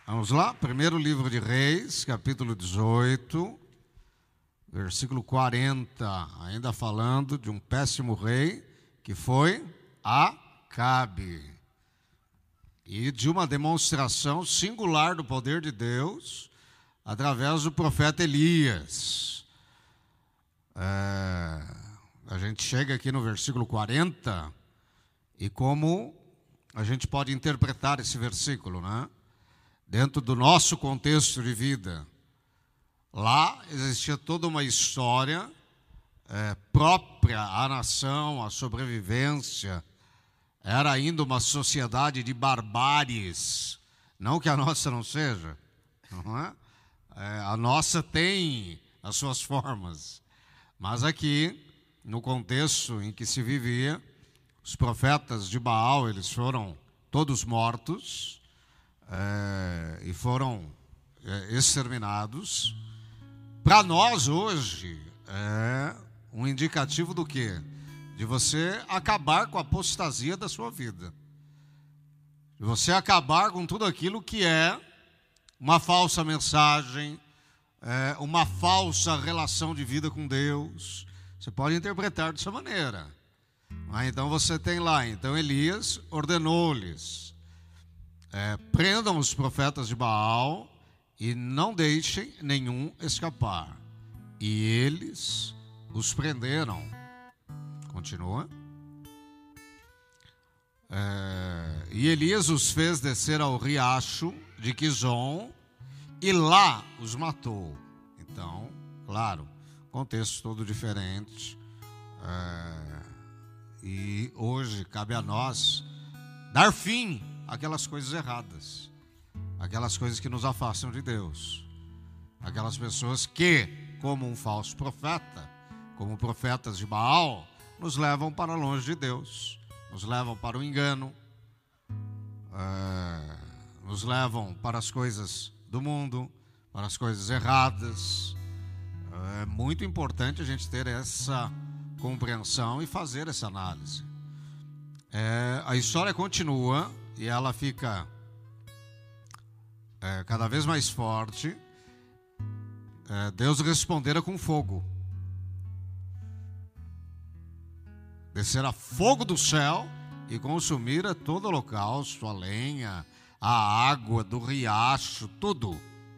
Vamos lá, primeiro livro de Reis, capítulo 18, versículo 40, ainda falando de um péssimo rei, que foi Acabe, e de uma demonstração singular do poder de Deus, através do profeta Elias. A gente chega aqui no versículo 40, e como a gente pode interpretar esse versículo, né? Dentro do nosso contexto de vida. Lá existia toda uma história própria à nação, à sobrevivência. Era ainda uma sociedade de barbáries. Não que a nossa não seja. Não é? A nossa tem as suas formas. Mas aqui, no contexto em que se vivia, os profetas de Baal, eles foram todos mortos. E foram exterminados. Para nós hoje é um indicativo do quê? De você acabar com a apostasia da sua vida, de você acabar com tudo aquilo que é uma falsa mensagem, uma falsa relação de vida com Deus. Você pode interpretar dessa maneira. Então você tem lá, então Elias ordenou-lhes: prendam os profetas de Baal e não deixem nenhum escapar. E eles os prenderam. Continua. E Elias os fez descer ao riacho de Quizon e lá os matou. Então, claro, contexto todo diferente. E hoje cabe a nós dar fim aquelas coisas erradas, aquelas coisas que nos afastam de Deus, aquelas pessoas que, como um falso profeta, como profetas de Baal, nos levam para longe de Deus, nos levam para o engano, nos levam para as coisas do mundo, para as coisas erradas. É muito importante a gente ter essa compreensão e fazer essa análise. A história continua e ela fica cada vez mais forte. Deus respondera com fogo. Descera fogo do céu e consumira todo o holocausto, a lenha, a água do riacho, tudo.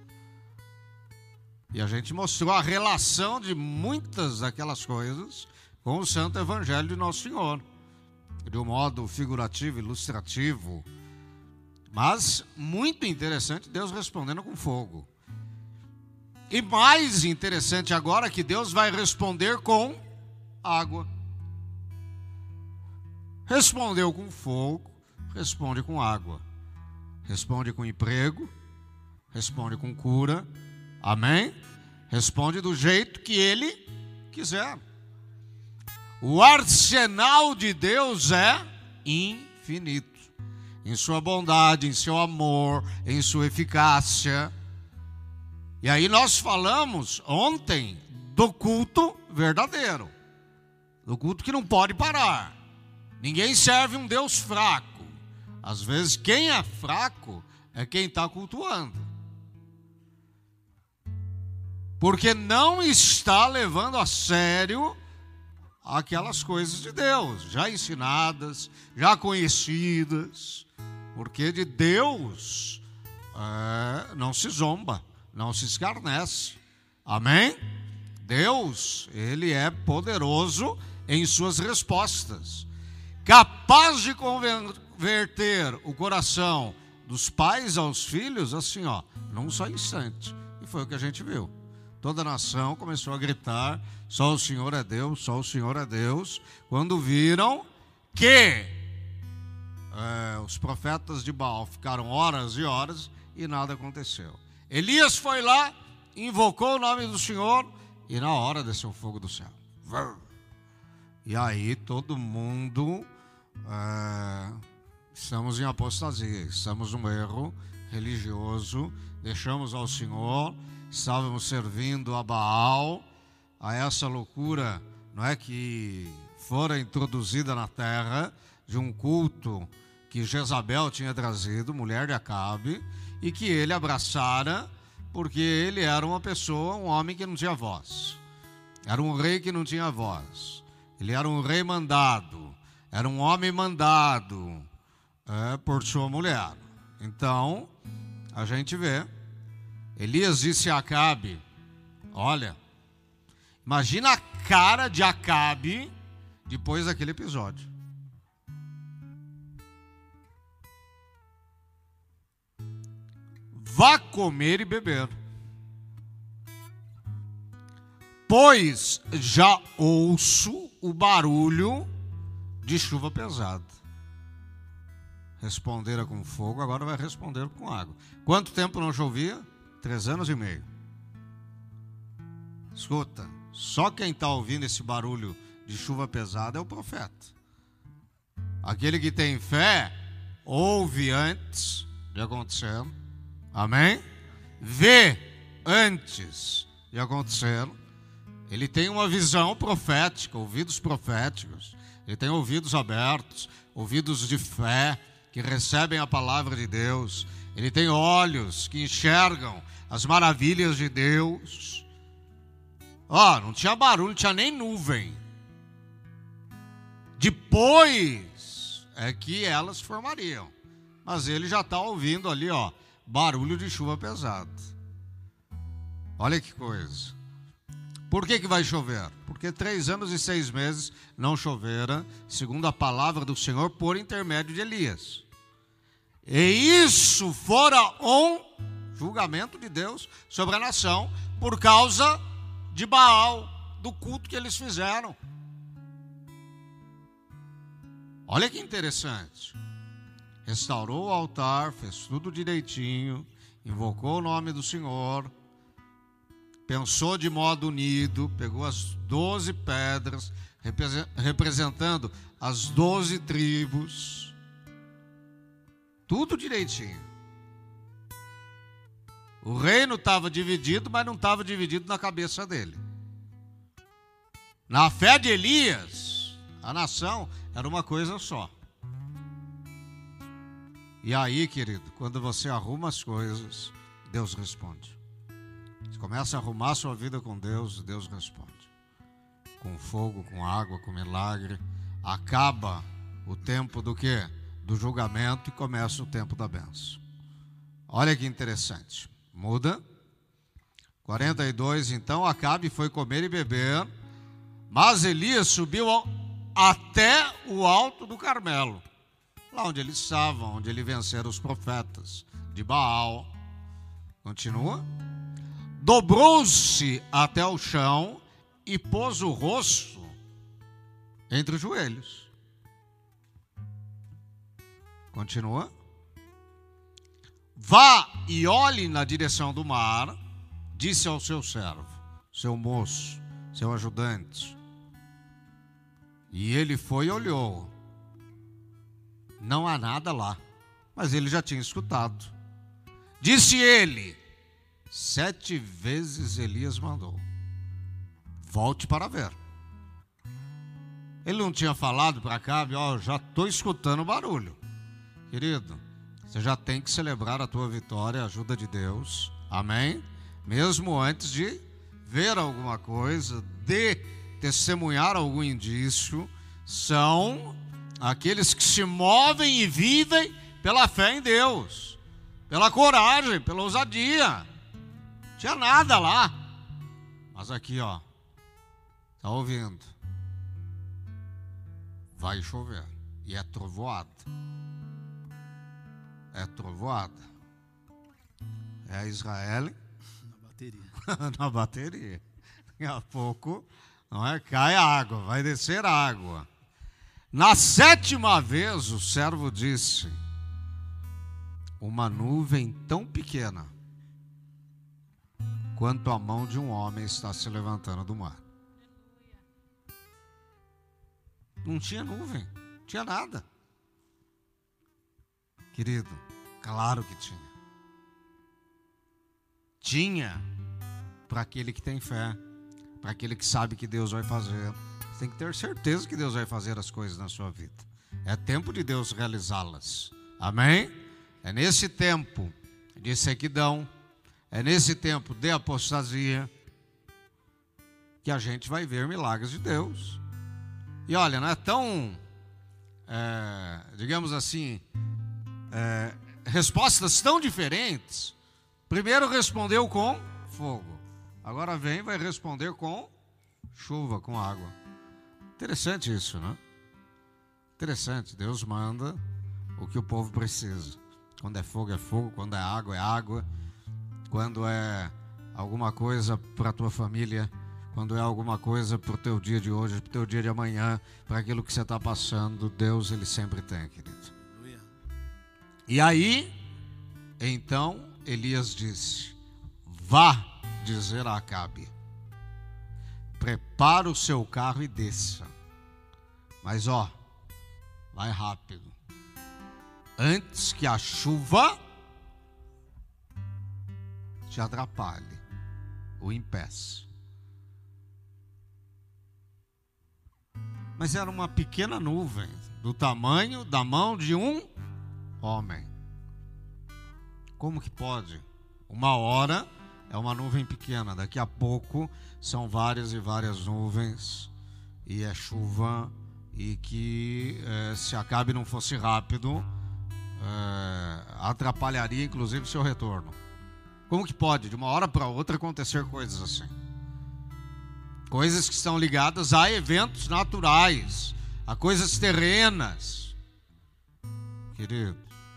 E a gente mostrou a relação de muitas daquelas coisas com o Santo Evangelho de Nosso Senhor, de um modo figurativo, ilustrativo, mas muito interessante, Deus respondendo com fogo. E mais interessante agora que Deus vai responder com água. Respondeu com fogo, responde com água. Responde com emprego, responde com cura, amém? Responde do jeito que Ele quiser. O arsenal de Deus é infinito, em sua bondade, em seu amor, em sua eficácia. E aí nós falamos ontem do culto verdadeiro, do culto que não pode parar. Ninguém serve um Deus fraco. Às vezes quem é fraco é quem está cultuando, porque não está levando a sério aquelas coisas de Deus, já ensinadas, já conhecidas, porque de Deus não se zomba, não se escarnece, amém? Deus, Ele é poderoso em suas respostas, capaz de converter o coração dos pais aos filhos, assim, num só instante, e foi o que a gente viu. Toda a nação começou a gritar: só o Senhor é Deus, só o Senhor é Deus, quando viram que os profetas de Baal ficaram horas e horas e nada aconteceu. Elias foi lá, invocou o nome do Senhor e na hora desceu o fogo do céu. E aí todo mundo, estamos em apostasia, estamos num erro religioso, deixamos ao Senhor, estávamos servindo a Baal, a essa loucura, não é, que fora introduzida na terra, de um culto que Jezabel tinha trazido, mulher de Acabe, e que ele abraçara, porque ele era uma pessoa, um homem que não tinha voz. Era um rei que não tinha voz. Ele era um rei mandado, era um homem mandado por sua mulher. Então, a gente vê, Elias disse a Acabe, olha, imagina a cara de Acabe depois daquele episódio. Vá comer e beber, pois já ouço o barulho de chuva pesada. Respondera com fogo, agora vai responder com água. Quanto tempo não chovia? 3 anos e meio. Escuta, só quem está ouvindo esse barulho de chuva pesada é o profeta. Aquele que tem fé, ouve antes de acontecer. Amém? Vê antes de acontecer. Ele tem uma visão profética, ouvidos proféticos. Ele tem ouvidos abertos, ouvidos de fé, que recebem a palavra de Deus. Ele tem olhos que enxergam as maravilhas de Deus. Não tinha barulho, não tinha nem nuvem. Depois é que elas formariam. Mas ele já está ouvindo ali, barulho de chuva pesada. Olha que coisa. Por que vai chover? Porque 3 anos e 6 meses não chovera, segundo a palavra do Senhor, por intermédio de Elias. E isso fora um julgamento de Deus sobre a nação, por causa de Baal, do culto que eles fizeram. Olha que interessante. Restaurou o altar, fez tudo direitinho, invocou o nome do Senhor, pensou de modo unido, pegou as 12 pedras, representando as 12 tribos, tudo direitinho. O reino estava dividido, mas não estava dividido na cabeça dele. Na fé de Elias, a nação era uma coisa só. E aí, querido, quando você arruma as coisas, Deus responde. Você começa a arrumar a sua vida com Deus, Deus responde. Com fogo, com água, com milagre. Acaba o tempo do quê? Do julgamento e começa o tempo da bênção. Olha que interessante. Muda. 42, então Acabe foi comer e beber, mas Elias subiu até o alto do Carmelo, lá onde ele estava, onde ele vencera os profetas de Baal. Continua. Dobrou-se até o chão e pôs o rosto entre os joelhos. Continua. Vá e olhe na direção do mar, disse ao seu servo, seu moço, seu ajudante. E ele foi e olhou. Não há nada lá, mas ele já tinha escutado. Disse ele, 7 vezes Elias mandou, volte para ver. Ele não tinha falado para Acabe, já estou escutando o barulho. Querido, você já tem que celebrar a tua vitória, a ajuda de Deus, amém? Mesmo antes de ver alguma coisa, de testemunhar algum indício, são aqueles que se movem e vivem pela fé em Deus, pela coragem, pela ousadia. Não tinha nada lá, mas aqui, está ouvindo? Vai chover, e é trovoada. É trovoada. É Israel na bateria. Na bateria. Daqui a pouco, cai água, vai descer água. Na 7ª vez, o servo disse, uma nuvem tão pequena quanto a mão de um homem está se levantando do mar. Não tinha nuvem, não tinha nada. Querido, claro que tinha. Tinha para aquele que tem fé, para aquele que sabe que Deus vai fazer. Você tem que ter certeza que Deus vai fazer as coisas na sua vida. É tempo de Deus realizá-las. Amém? É nesse tempo de sequidão, é nesse tempo de apostasia, que a gente vai ver milagres de Deus. E olha, não é tão, digamos assim, respostas tão diferentes. Primeiro respondeu com fogo, agora vai responder com chuva, com água. Interessante isso, né? Interessante, Deus manda o que o povo precisa. Quando é fogo, quando é água, quando é alguma coisa para a tua família, quando é alguma coisa para o teu dia de hoje, para o teu dia de amanhã, para aquilo que você está passando, Deus, Ele sempre tem, querido. E aí, então, Elias disse: vá dizer a Acabe, prepara o seu carro e desça. Mas vai rápido, antes que a chuva te atrapalhe, o impeça. Mas era uma pequena nuvem, do tamanho da mão de um homem. Como que pode? Uma hora é uma nuvem pequena, daqui a pouco são várias e várias nuvens, e é chuva, e que se Acabe não fosse rápido, atrapalharia inclusive o seu retorno. Como que pode, de uma hora para outra, acontecer coisas assim? Coisas que estão ligadas a eventos naturais, a coisas terrenas. Queridos,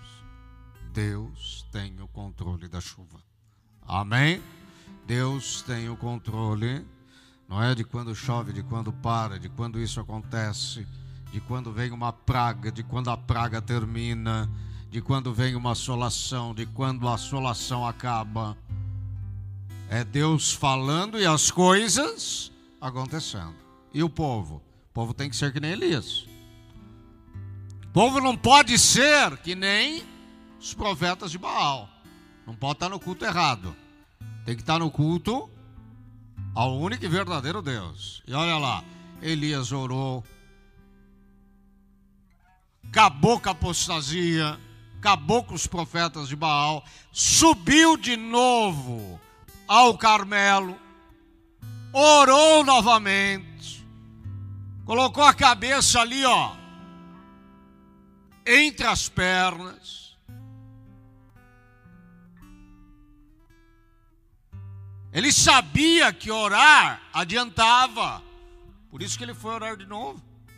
Deus tem o controle da chuva. Amém? Deus tem o controle, não é de quando chove, de quando para, de quando isso acontece, de quando vem uma praga, de quando a praga termina, de quando vem uma assolação, de quando a assolação acaba. É Deus falando e as coisas acontecendo. E o povo? O povo tem que ser que nem Elias. O povo não pode ser que nem os profetas de Baal. Não pode estar no culto errado. Tem que estar no culto ao único e verdadeiro Deus. E olha lá, Elias orou, acabou com a apostasia, acabou com os profetas de Baal, subiu de novo ao Carmelo, orou novamente, colocou a cabeça ali, entre as pernas. Ele sabia que orar adiantava, por isso que ele foi orar de novo.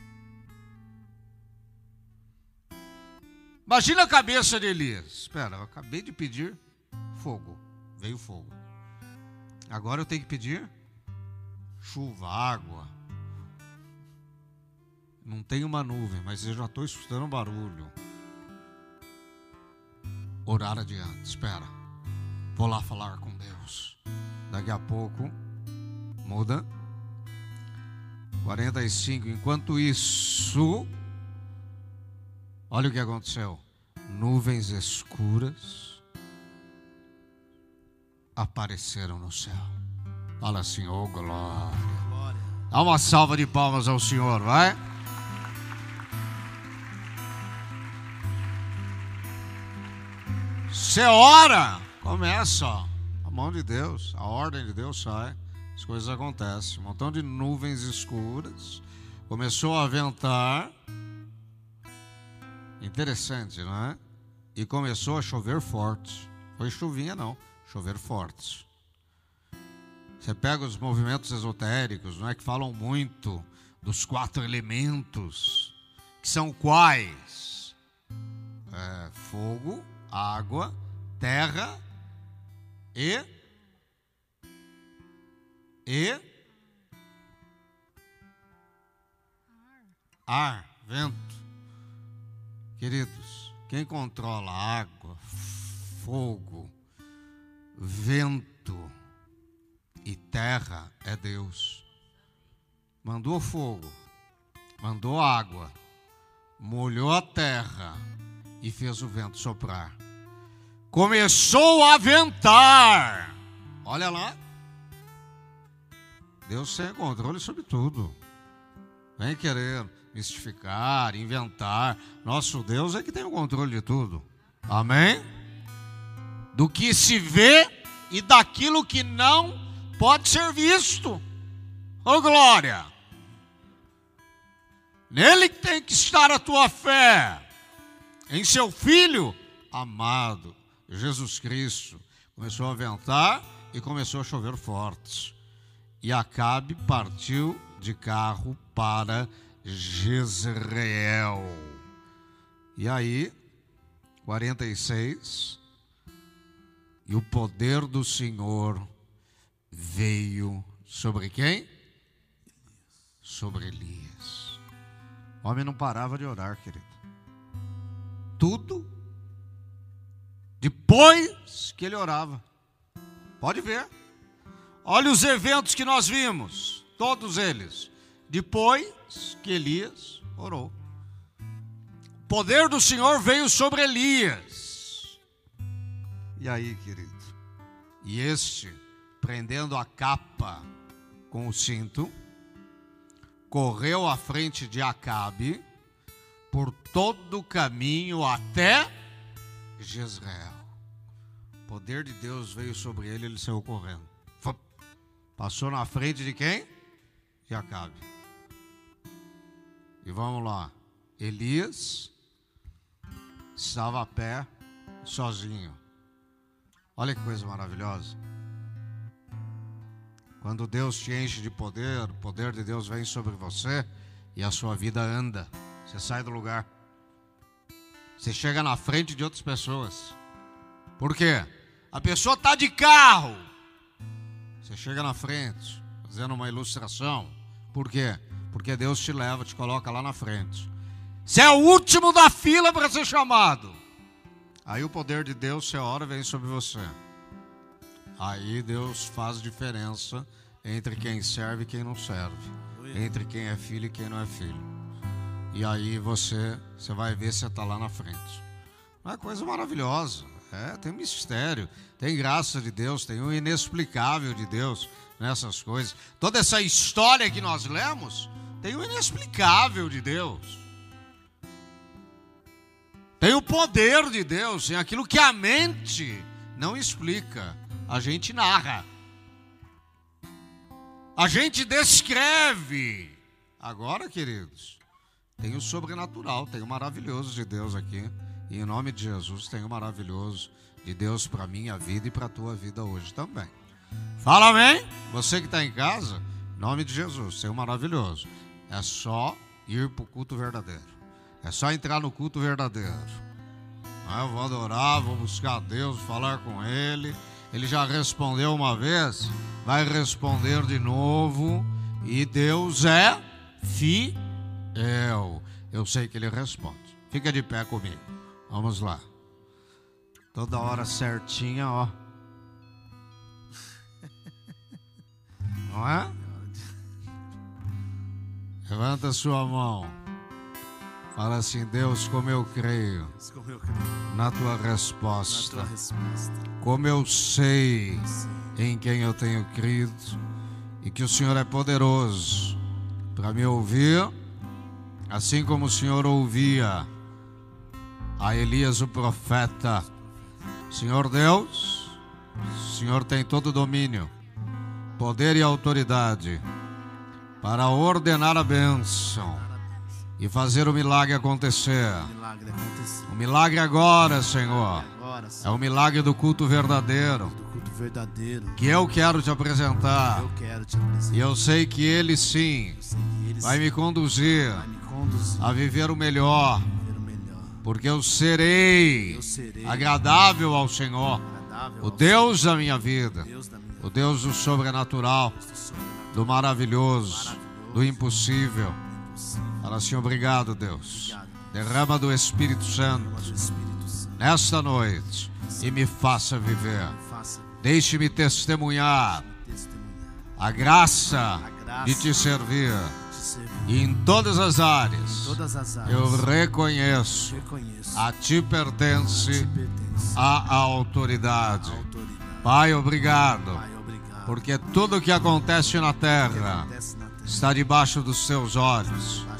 Imagina a cabeça de Elias. Espera, eu acabei de pedir fogo, veio fogo. Agora eu tenho que pedir chuva, água. Não tem uma nuvem, mas eu já estou escutando um barulho. Orar adiante, espera. Vou lá falar com Deus. Daqui a pouco muda. 45. Enquanto isso, olha o que aconteceu. Nuvens escuras apareceram no céu. Fala assim: oh glória. Dá uma salva de palmas ao Senhor, vai. Você ora, começa, a mão de Deus, a ordem de Deus sai, as coisas acontecem. Um montão de nuvens escuras, começou a ventar, interessante, não é? E começou a chover forte. Foi chuvinha não, chover forte. Você pega os movimentos esotéricos, não é, que falam muito dos 4 elementos, que são quais? Fogo, água, terra e ar, vento. Queridos, quem controla água, fogo, vento e terra é Deus. Mandou fogo, mandou água, molhou a terra e fez o vento soprar. Começou a ventar. Olha lá. Deus tem controle sobre tudo. Vem querendo. mistificar, inventar. Nosso Deus é que tem o controle de tudo. Amém? Do que se vê e daquilo que não pode ser visto. Ô glória! Nele tem que estar a tua fé, em seu Filho amado, Jesus Cristo. Começou a ventar e começou a chover forte. E Acabe partiu de carro para Jezreel. E aí, 46, e o poder do Senhor veio sobre quem? Sobre Elias. O homem não parava de orar, querido. Tudo depois que ele orava. Pode ver. Olha os eventos que nós vimos, todos eles, depois que Elias orou. O poder do Senhor veio sobre Elias. E aí, querido? E este, prendendo a capa com o cinto, correu à frente de Acabe por todo o caminho até Jezreel. O poder de Deus veio sobre ele, ele saiu correndo. Passou na frente de quem? De Acabe. E vamos lá. Elias estava a pé, sozinho. Olha que coisa maravilhosa. Quando Deus te enche de poder, o poder de Deus vem sobre você e a sua vida anda. Você sai do lugar. Você chega na frente de outras pessoas. Por quê? A pessoa está de carro. Você chega na frente, fazendo uma ilustração. Por quê? Porque Deus te leva, te coloca lá na frente. Você é o último da fila para ser chamado. Aí o poder de Deus, você ora, vem sobre você. Aí Deus faz diferença entre quem serve e quem não serve. Entre quem é filho e quem não é filho. E aí você vai ver se você está lá na frente. É uma coisa maravilhosa. Tem um mistério, tem graça de Deus, tem um inexplicável de Deus nessas coisas. Toda essa história que nós lemos, tem um inexplicável de Deus. Tem o poder de Deus, tem aquilo que a mente não explica. A gente narra. A gente descreve. Agora, queridos, tem o sobrenatural, tem o maravilhoso de Deus aqui. E em nome de Jesus, tem o maravilhoso de Deus para a minha vida e para a tua vida hoje também. Fala amém? Você que está em casa, em nome de Jesus, tem o maravilhoso. É só ir para o culto verdadeiro. É só entrar no culto verdadeiro. Eu vou adorar, vou buscar Deus, falar com Ele. Ele já respondeu uma vez, vai responder de novo. E Deus é fiel. Eu sei que Ele responde. Fica de pé comigo. Vamos lá. Toda hora certinha, ó. Não é? Levanta a sua mão. Fala assim: Deus, como eu creio na tua resposta. Como eu sei em quem eu tenho crido. E que o Senhor é poderoso para me ouvir, assim como o Senhor ouvia a Elias o profeta. Senhor Deus, o Senhor tem todo o domínio, poder e autoridade para ordenar a bênção e fazer o milagre acontecer. O milagre agora, Senhor, é o milagre do culto verdadeiro, que eu quero te apresentar. E eu sei que Ele sim vai me conduzir a viver o melhor, porque eu serei agradável ao Senhor, o Deus da minha vida, o Deus do sobrenatural, do maravilhoso, do impossível. Fala assim: obrigado, Deus. Derrama do Espírito Santo nesta noite e me faça viver. Deixe-me testemunhar a graça de te servir. E em todas as áreas eu reconheço, a ti pertence a autoridade. Pai, obrigado, porque tudo que acontece na terra está debaixo dos teus olhos.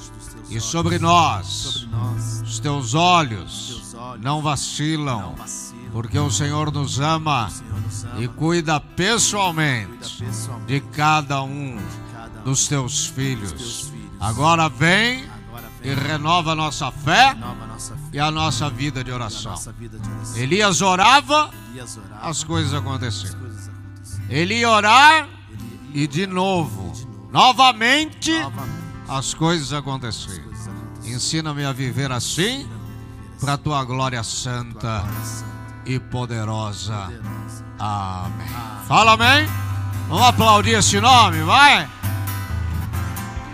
e sobre nós os teus olhos não vacilam, porque o Senhor nos ama e cuida pessoalmente de cada um dos teus filhos. Agora vem e renova a nossa fé e a nossa vida de oração. Elias orava, as coisas aconteciam. Ele ia orar e de novo, novamente, as coisas aconteciam. Ensina-me a viver assim, para a tua glória santa e poderosa. Amém. Fala amém. Vamos aplaudir esse nome, vai.